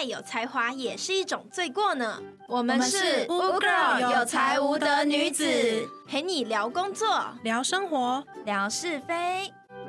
太有才华也是一种罪过呢。我们是乌 girl 有才无德女子， 陪你聊工作， 聊生活， 聊是非。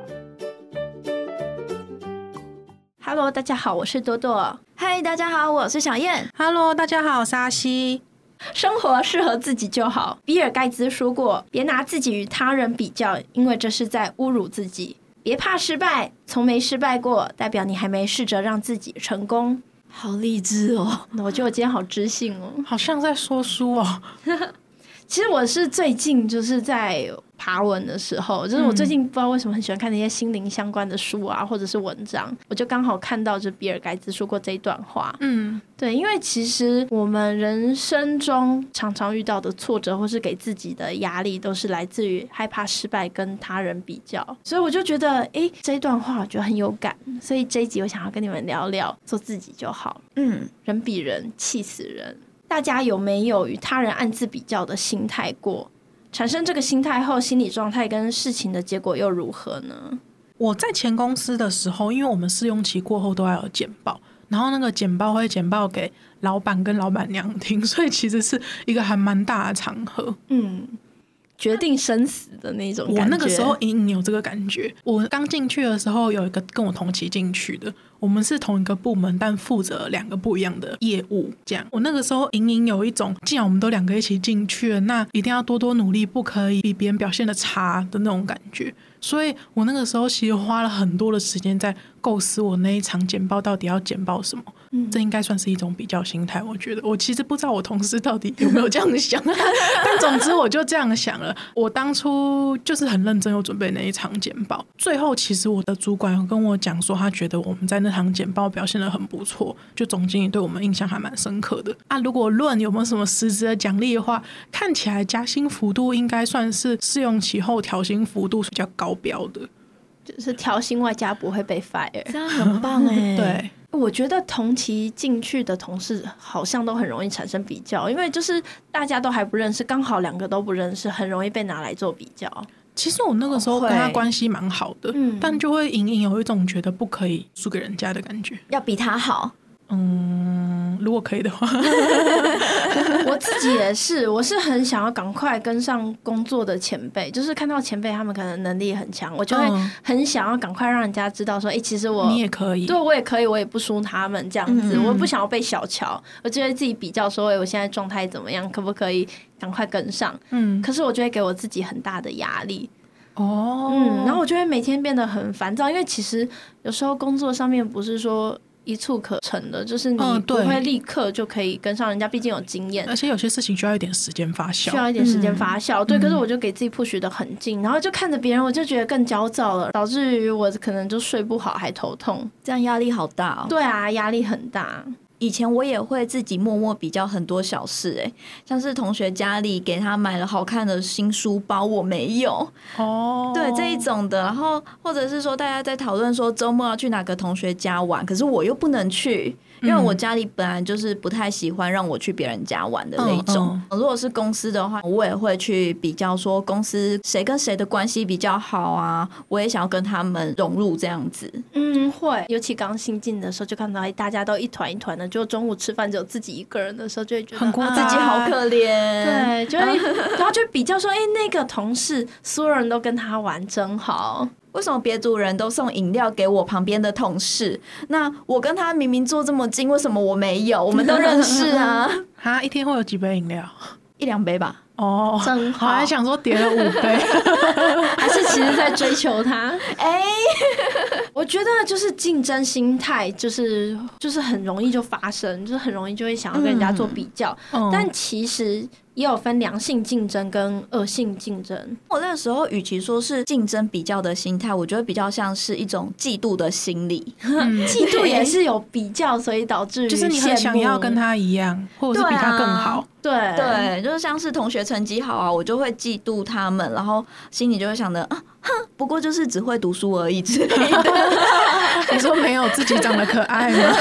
Hello， 大家好，我是多多。 嗨，大家好，我是小燕。 Hello， 大家好，我是阿西。 生活适合自己就好。比尔盖茨说过，别拿自己与他人比较，因为这是在侮辱自己。别怕失败，从没失败过，代表你还没试着让自己成功。 好励志哦！ 我觉得我今天好知性哦， 好像在说书哦。 其实我是最近就是在爬文的时候，就是我最近不知道为什么很喜欢看那些心灵相关的书啊，或者是文章，我就刚好看到就比尔盖茨说过这一段话。对，因为其实我们人生中常常遇到的挫折或是给自己的压力，都是来自于害怕失败跟他人比较，所以我就觉得这一段话我觉得很有感，所以这一集我想要跟你们聊聊做自己就好。人比人气死人。大家有没有与他人暗自比较的心态过？产生这个心态后，心理状态跟事情的结果又如何呢？ 我在前公司的时候，因为我们试用期过后都要有简报，然后那个简报会简报给老板跟老板娘听，所以其实是一个还蛮大的场合。决定生死的那种感觉。我那个时候隐隐有这个感觉。我刚进去的时候，有一个跟我同期进去的，我们是同一个部门，但负责两个不一样的业务。这样，我那个时候隐隐有一种，既然我们都两个一起进去了，那一定要多多努力，不可以比别人表现的差的那种感觉。所以我那个时候其实花了很多的时间在构思我那一场简报到底要简报什么。这应该算是一种比较心态。我觉得我其实不知道我同事到底有没有这样想但总之我就这样想了。我当初就是很认真有准备那一场简报，最后其实我的主管有跟我讲说，他觉得我们在那场简报表现得很不错，就总经理对我们印象还蛮深刻的啊。如果论有没有什么实质的奖励的话，看起来加薪幅度应该算是试用期后调薪幅度比较高标的， 就是调薪外加不会被 fire， 这样很棒耶。 对， 我觉得同期进去的同事好像都很容易产生比较，因为就是大家都还不认识，刚好两个都不认识，很容易被拿来做比较。 其实我那个时候跟他关系蛮好的，但就会隐隐有一种觉得不可以输给人家的感觉， 要比他好。 如果可以的话我自己也是，我是很想要赶快跟上工作的前辈，就是看到前辈他们可能能力很强，我就会很想要赶快让人家知道说其实你也可以， 对，我也可以，我也不输他们这样子。我不想要被小瞧，我就会自己比较说我现在状态怎么样，可不可以赶快跟上。可是我就会给我自己很大的压力。然后我就会每天变得很烦躁，因为其实有时候工作上面不是说一蹴可成的，就是你不会立刻就可以跟上人家，毕竟有经验， 而且有些事情需要一点时间发酵，对，可是我就给自己 push 得很近，然后就看着别人，我就觉得更焦躁了，导致于我可能就睡不好，还头痛， 这样压力好大哦。 对啊，压力很大。 以前我也会自己默默比较很多小事，像是同学家里给他买了好看的新书包，我没有对，这一种的。然后或者是说大家在讨论说周末要去哪个同学家玩，可是我又不能去，因为我家里本来就是不太喜欢让我去别人家玩的那种。如果是公司的话，我也会去比较说公司谁跟谁的关系比较好啊，我也想要跟他们融入这样子。 会，尤其刚新进的时候，就看到大家都一团一团的，就中午吃饭只有自己一个人的时候，就会觉得很孤单， 自己好可怜。 对，就会然后就比较说那个同事所有人都跟他玩真好， 为什么别组人都送饮料给我旁边的同事，那我跟他明明坐这么近，为什么我没有？我们都认识啊他一天会有几杯饮料 ？1-2杯吧。 真好。 我还想说叠了5杯还是其实在追求他我觉得就是竞争心态就是很容易就发生，就是很容易就会想要跟人家做比较，但其实也有分良性竞争跟恶性竞争。 我那个时候与其说是竞争比较的心态，我觉得比较像是一种嫉妒的心理嫉妒也是有比较，所以导致于就是你很想要跟他一样，或者是比他更好。 对，就是像是同学成绩好啊，我就会嫉妒他们，然后心里就会想着不过就是只会读书而已之类的你说没有自己长得可爱吗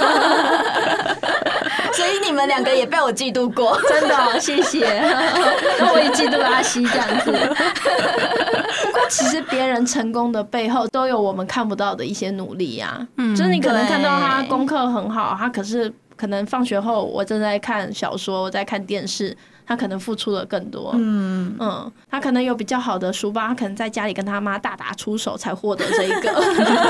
所以你们两个也被我嫉妒过真的谢谢那我也嫉妒阿西这样子不过其实别人成功的背后都有我们看不到的一些努力啊。就是你可能看到他功课很好，他可能放学后我正在看小说，我在看电视，他可能付出了更多。他可能有比较好的书包，他可能在家里跟他妈大打出手才获得这一个。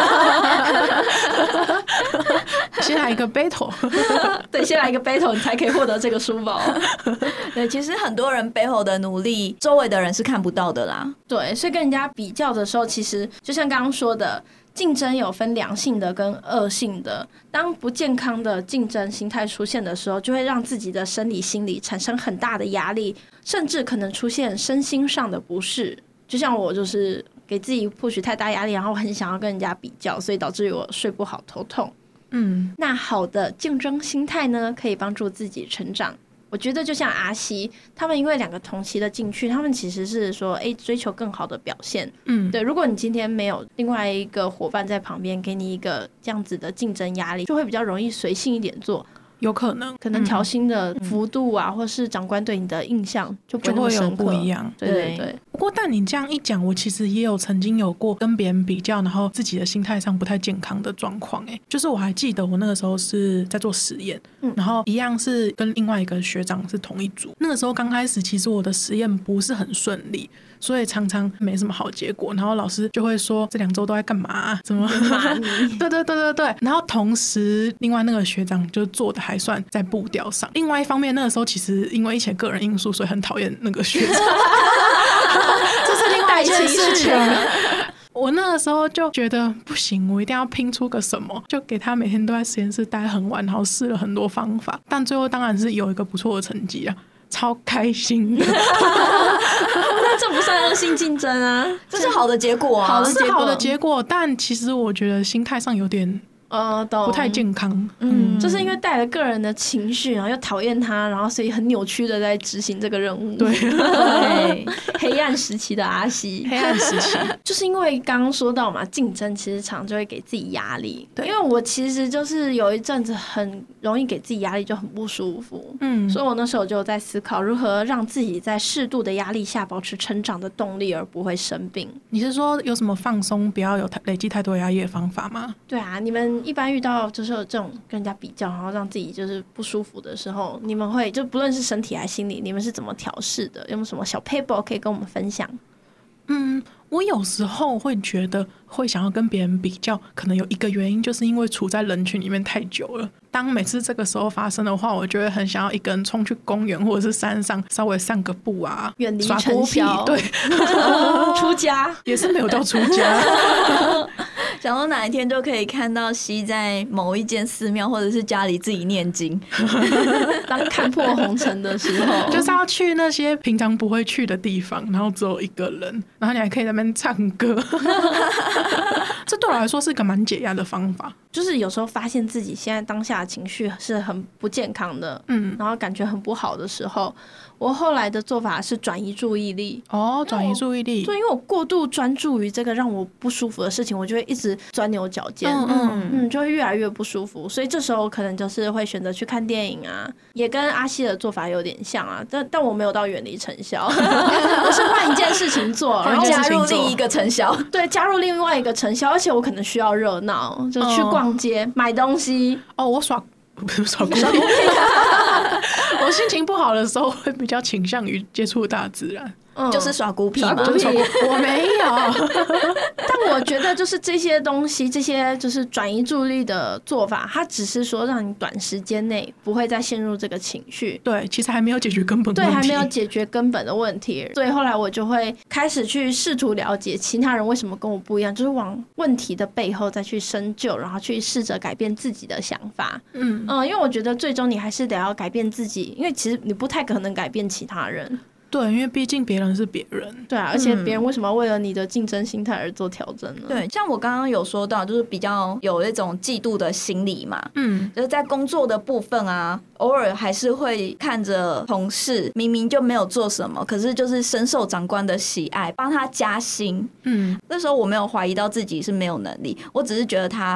先来一个 battle。 对，先来一个 battle 你才可以获得这个书包。 对，其实很多人背后的努力周围的人是看不到的啦。 对，所以跟人家比较的时候，其实就像刚刚说的，竞争有分良性的跟恶性的。当不健康的竞争心态出现的时候，就会让自己的生理心理产生很大的压力，甚至可能出现身心上的不适。就像我就是给自己 push 太大压力，然后很想要跟人家比较，所以导致于我睡不好头痛。那好的竞争心态呢，可以帮助自己成长。我觉得就像阿西他们，因为2个同期的进去，他们其实是说追求更好的表现。对，如果你今天没有另外一个伙伴在旁边给你一个这样子的竞争压力，就会比较容易随性一点做。 有可能调薪的幅度啊，或是长官对你的印象就不会那么深刻， 就会有不一样。 对。 不过但你这样一讲，我其实也有曾经有过跟别人比较，然后自己的心态上不太健康的状况。就是我还记得我那个时候是在做实验，然后一样是跟另外一个学长是同一组。那个时候刚开始其实我的实验不是很顺利，所以常常没什么好结果，然后老师就会说这2周都在干嘛怎么骂你对，然后同时另外那个学长就做的还算在步调上。另外一方面那个时候其实因为一些个人因素，所以很讨厌那个学长。这是另外一件事情。我那个时候就觉得不行，我一定要拼出个什么，就给他每天都在实验室待很晚，然后试了很多方法，但最后当然是有一个不错的成绩啊，超开心的。 那这不算恶性竞争啊， 这是好的结果啊， 是好的结果，但其实我觉得心态上有点不太健康。 就是因为带了个人的情绪，然后又讨厌他，然后所以很扭曲的在执行这个任务。 对， 黑暗时期的阿西， 黑暗时期就是因为刚刚说到嘛，竞争其实常就会给自己压力。对，因为我其实就是有一阵子很容易给自己压力，就很不舒服。所以我那时候就在思考如何让自己在适度的压力下保持成长的动力，而不会生病。 你是说有什么放松，不要有累积太多压力的方法吗？ 对啊，你们一般遇到就是有这种跟人家比较，然后让自己就是不舒服的时候，你们会就不论是身体还是心理，你们是怎么调试的？有没有什么小 paper 可以跟我们分享？ 我有时候会觉得会想要跟别人比较，可能有一个原因就是因为处在人群里面太久了。当每次这个时候发生的话，我就会很想要一个人冲去公园或者是山上稍微散个步啊， 远离尘嚣。 对， 出家也是没有到出家。 想说哪一天就可以看到西在某一间寺庙或者是家里自己念经。 当看破红尘的时候， 就是要去那些平常不会去的地方，然后只有一个人，然后你还可以在那边唱歌。这对我来说是一个蛮解压的方法。 就是有时候发现自己现在当下的情绪是很不健康的，然后感觉很不好的时候，我后来的做法是转移注意力。 转移注意力。 对，因为我过度专注于这个让我不舒服的事情，我就会一直钻牛角尖，就会越来越不舒服。所以这时候可能就是会选择去看电影啊，也跟阿西的做法有点像啊，但我没有到远离尘嚣，我是换一件事情做，然后加入另一个尘嚣。对， 加入另外一个尘嚣，而且我可能需要热闹，就去逛街、买东西。 我耍孤僻。我心情不好的时候会比较倾向于接触大自然。 就是耍孤僻嘛， 我没有。 但我觉得就是这些东西，这些就是转移注意力的做法，它只是说让你短时间内不会再陷入这个情绪。 对，其实还没有解决根本问题。 对，还没有解决根本的问题。所以后来我就会开始去试图了解其他人为什么跟我不一样，就是往问题的背后再去深究，然后去试着改变自己的想法。因为我觉得最终你还是得要改变自己，因为其实你不太可能改变其他人。 对，因为毕竟别人是别人。 对啊，而且别人为什么要为了你的竞争心态而做调整呢？ 对，像我刚刚有说到，就是比较有那种嫉妒的心理嘛。就是在工作的部分啊，偶尔还是会看着同事明明就没有做什么，可是就是深受长官的喜爱，帮他加薪。那时候我没有怀疑到自己是没有能力，我只是觉得他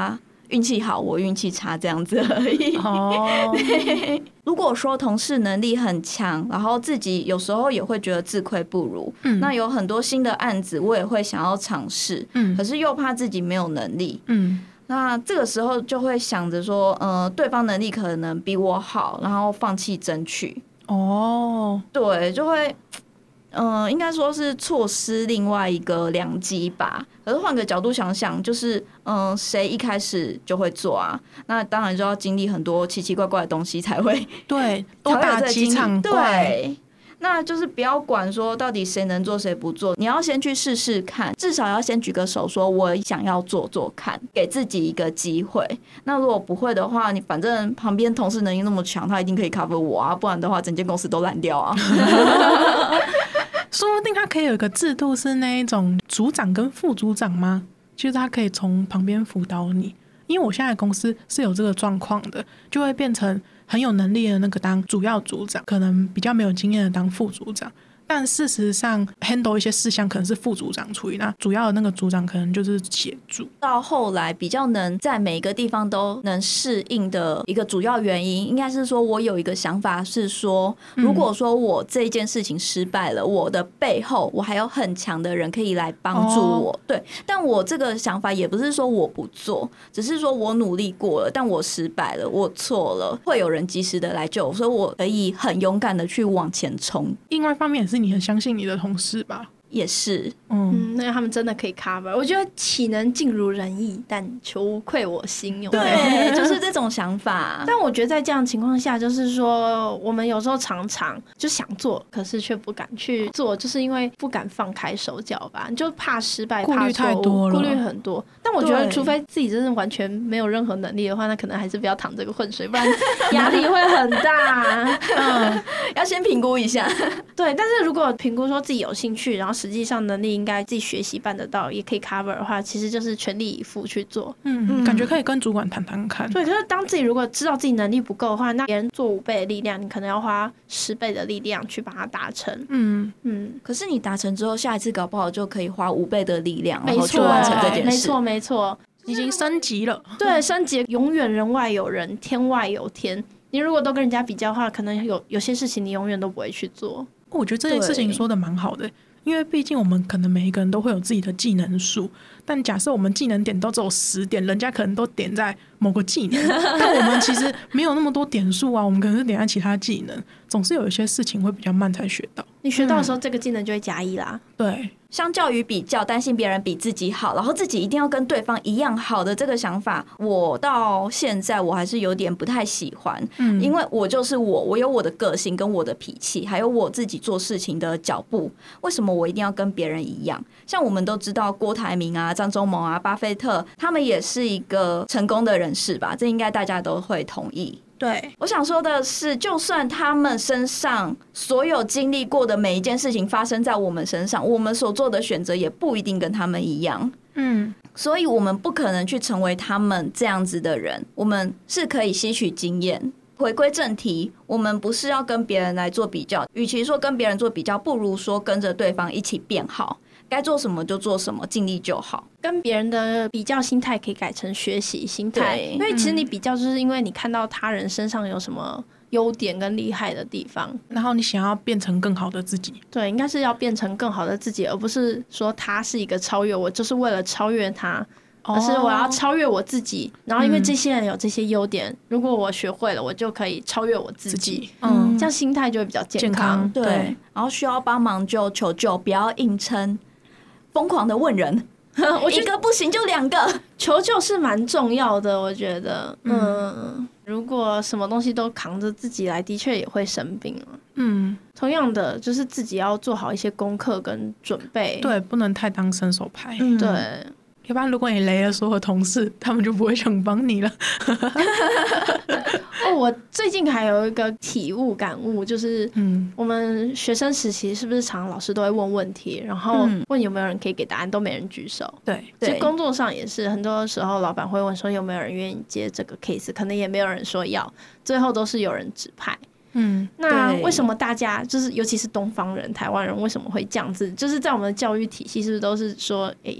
运气好我运气差这样子而已。如果说同事能力很强，然后自己有时候也会觉得自愧不如，那有很多新的案子我也会想要尝试，可是又怕自己没有能力，那这个时候就会想着说对方能力可能比我好，然后放弃争取。对，就会应该说是错失另外一个良机吧。可是换个角度想想，就是谁一开始就会做啊？那当然就要经历很多奇奇怪怪的东西才会对，多打几场怪。 对，那就是不要管说到底谁能做谁不做，你要先去试试看，至少要先举个手说我想要做做看，给自己一个机会。那如果不会的话，你反正旁边同事能力那么强，他一定可以 cover 我啊，不然的话整间公司都烂掉啊。 说不定他可以有一个制度是那一种组长跟副组长吗？就是他可以从旁边辅导你，因为我现在公司是有这个状况的，就会变成很有能力的那个当主要组长，可能比较没有经验的当副组长，但事实上 handle 一些事项可能是副组长处理，那主要的那个组长可能就是协助。 到后来比较能在每个地方都能适应的一个主要原因，应该是说我有一个想法是说，如果说我这一件事情失败了，我的背后我还有很强的人可以来帮助我。对，但我这个想法也不是说我不做，只是说我努力过了，但我失败了，我错了，会有人及时的来救我，所以我可以很勇敢的去往前冲。 另外一方面也是你很相信你的同事吧？ 也是， 那他们真的可以 cover。我觉得岂能尽如人意，但求无愧我心。 对，就是这种想法。 但我觉得在这样的情况下，就是说我们有时候常常就想做，可是却不敢去做，就是因为不敢放开手脚吧，就怕失败， 顾虑太多了， 顾虑很多。但我觉得，除非自己真的完全没有任何能力的话，那可能还是不要淌这个浑水，不然压力会很大。 要先评估一下。 对，但是如果评估说自己有兴趣，然后实际上能力应该自己学习办得到，也可以 cover 的话，其实就是全力以赴去做。 感觉可以跟主管谈谈看。 对，可是当自己如果知道自己能力不够的话，那别人做5倍的力量，你可能要花10倍的力量去把它达成。 可是你达成之后，下一次搞不好就可以花5倍的力量，然后去完成这件事。 没错， 已经升级了。 对，升级永远人外有人，天外有天。你如果都跟人家比较的话，可能有些事情你永远都不会去做。 我觉得这件事情说的蛮好的，因为毕竟我们可能每一个人都会有自己的技能数，但假设我们技能点都只有10点，人家可能都点在某个技能，但我们其实没有那么多点数啊，我们可能是点在其他技能，总是有一些事情会比较慢才学到。 你学到的时候，这个技能就会加1啦。 对， 相较于比较担心别人比自己好，然后自己一定要跟对方一样好的这个想法，我到现在我还是有点不太喜欢。因为我就是我有我的个性跟我的脾气，还有我自己做事情的脚步，为什么我一定要跟别人一样？像我们都知道郭台铭啊、张忠谋啊、巴菲特，他们也是一个成功的人士吧，这应该大家都会同意。 对， 我想说的是，就算他们身上所有经历过的每一件事情发生在我们身上，我们所做的选择也不一定跟他们一样。所以我们不可能去成为他们这样子的人，我们是可以吸取经验。回归正题，我们不是要跟别人来做比较，与其说跟别人做比较，不如说跟着对方一起变好。该做什么就做什么，尽力就好。 跟别人的比较心态可以改成学习心态，因为其实你比较就是因为你看到他人身上有什么优点跟厉害的地方， 然后你想要变成更好的自己。 对，应该是要变成更好的自己，而不是说他是一个超越我，就是为了超越他，而是我要超越我自己。然后因为这些人有这些优点，如果我学会了，我就可以超越我自己。这样心态就会比较健康。 对，然后需要帮忙就求救，不要硬撑。疯狂的问人，我一个不行就2个， 求救是蛮重要的，我觉得。如果什么东西都扛着自己来，的确也会生病了。同样的，就是自己要做好一些功课跟准备。 对，不能太当伸手牌。 对， 要不然如果你雷了所有同事，他们就不会想帮你了。 我最近还有一个体悟感悟，就是我们学生时期是不是常常老师都会问问题，然后问有没有人可以给答案，都没人举手。 对， 其实工作上也是，很多时候老板会问说有没有人愿意接这个 case， 可能也没有人说要，最后都是有人指派。那为什么大家就是尤其是东方人、台湾人为什么会这样子？就是在我们的教育体系是不是都是说要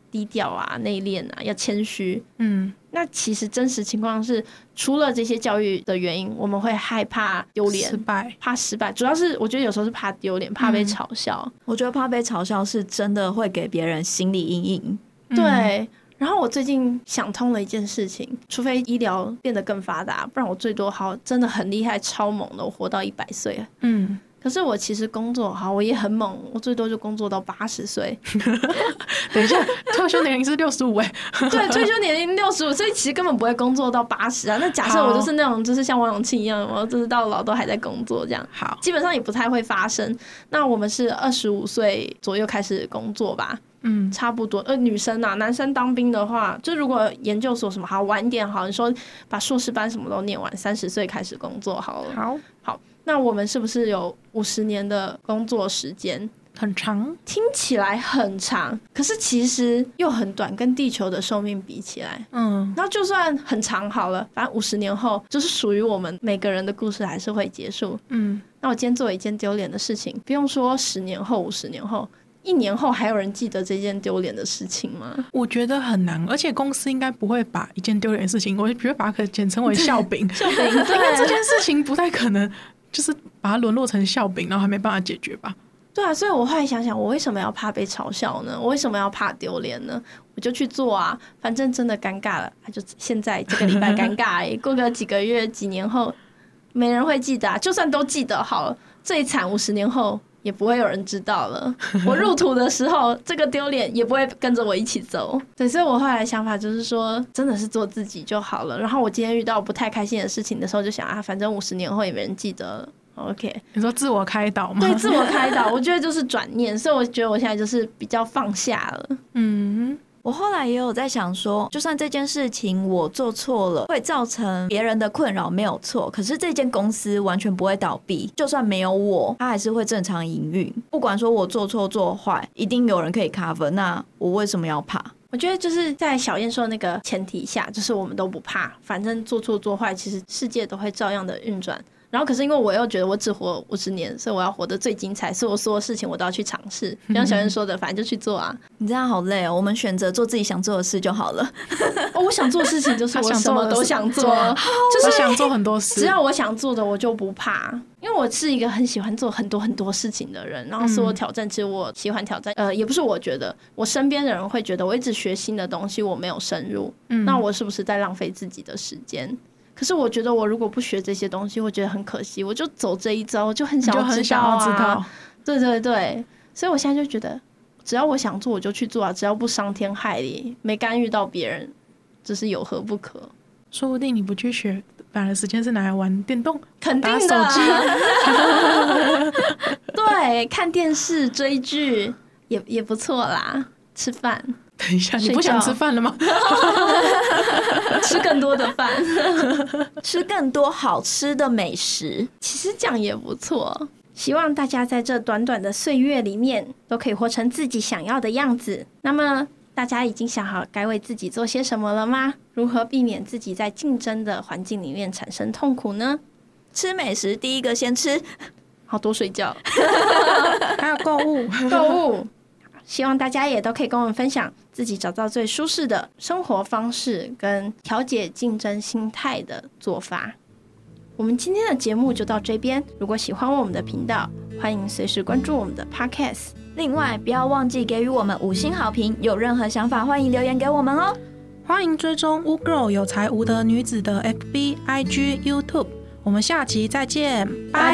低调啊、内敛啊，要谦虚。那其实真实情况是，除了这些教育的原因，我们会害怕丢脸、怕失败，主要是我觉得有时候是怕丢脸，怕被嘲笑。 我觉得怕被嘲笑是真的会给别人心理阴影。 对。然后我最近想通了一件事情，除非医疗变得更发达，不然我最多真的很厉害、超猛的，我活到100岁。可是我其实工作好，我也很猛，我最多就工作到80岁。 等一下，退休年龄是65 对，退休年龄65，所以其实根本不会工作到80啊。那假设我就是那种，就是像王永庆一样，我就是到老都还在工作这样， 好， 基本上也不太会发生。那我们是25岁左右开始工作吧。差不多。女生啊，男生当兵的话，就如果研究所什么好晚一点好，你说把硕士班什么都念完，30岁开始工作好了。好，那我们是不是有50年的工作时间？ 很长， 听起来很长，可是其实又很短，跟地球的寿命比起来。那就算很长好了，反正50年后就是属于我们每个人的故事还是会结束。那我今天做了一件丢脸的事情，不用说10年后、50年后。1年后还有人记得这件丢脸的事情吗？ 我觉得很难，而且公司应该不会把一件丢脸的事情，我觉得把它简称为笑柄。 笑柄，对， 因为这件事情不太可能，就是把它沦落成笑柄，然后还没办法解决吧？ 对啊，所以我后来想想，我为什么要怕被嘲笑呢？我为什么要怕丢脸呢？我就去做啊，反正真的尴尬了，就现在这个礼拜尴尬而已，过个几个月、几年后，没人会记得啊。就算都记得好了，最惨50年后。也不会有人知道了。我入土的时候，这个丢脸也不会跟着我一起走。对，所以我后来想法就是说，真的是做自己就好了。然后我今天遇到不太开心的事情的时候，就想啊，反正50年后也没人记得了。OK， 你说自我开导吗？ 对，自我开导，我觉得就是转念。所以我觉得我现在就是比较放下了。 我后来也有在想说，就算这件事情我做错了，会造成别人的困扰没有错，可是这间公司完全不会倒闭，就算没有我，它还是会正常营运。不管说我做错做坏，一定有人可以 cover， 那我为什么要怕？ 我觉得就是在小燕说的那个前提下，就是我们都不怕，反正做错做坏，其实世界都会照样的运转。然后可是因为我又觉得我只活50年，所以我要活得最精彩，所以我所有事情我都要去尝试。就像小燕说的，反正就去做啊。 你这样好累哦，我们选择做自己想做的事就好了。 我想做的事情就是我什么都想做， 就是想做很多事， 只要我想做的我就不怕。因为我是一个很喜欢做很多很多事情的人，然后所有挑战，其实我喜欢挑战。也不是我觉得，我身边的人会觉得我一直学新的东西，我没有深入，那我是不是在浪费自己的时间？可是我觉得我如果不学这些东西，我觉得很可惜，我就走这一招，就很想要知道啊。对对对，所以我现在就觉得，只要我想做，我就去做啊，只要不伤天害理，没干预到别人，这是有何不可？ 说不定你不去学，反而时间是拿来玩电动， 肯定的。 打手机对，看电视、追剧也不错啦，吃饭。 等一下，你不想吃饭了吗？ 吃更多的饭， 吃更多好吃的美食， 其实这样也不错。希望大家在这短短的岁月里面，都可以活成自己想要的样子。那么，大家已经想好该为自己做些什么了吗？如何避免自己在竞争的环境里面产生痛苦呢？ 吃美食，第一个先吃， 好多睡觉， 还有购物。希望大家也都可以跟我们分享自己找到最舒适的生活方式跟调节竞争心态的做法。我们今天的节目就到这边，如果喜欢我们的频道，欢迎随时关注我们的 Podcast。 另外不要忘记给予我们5星好评，有任何想法欢迎留言给我们哦。 欢迎追踪乌 girl 有才无德女子的 FB、IG、YouTube。我们下期再见， 拜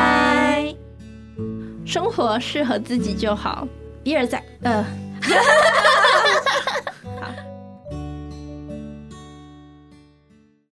拜。 生活适合自己就好，比尔在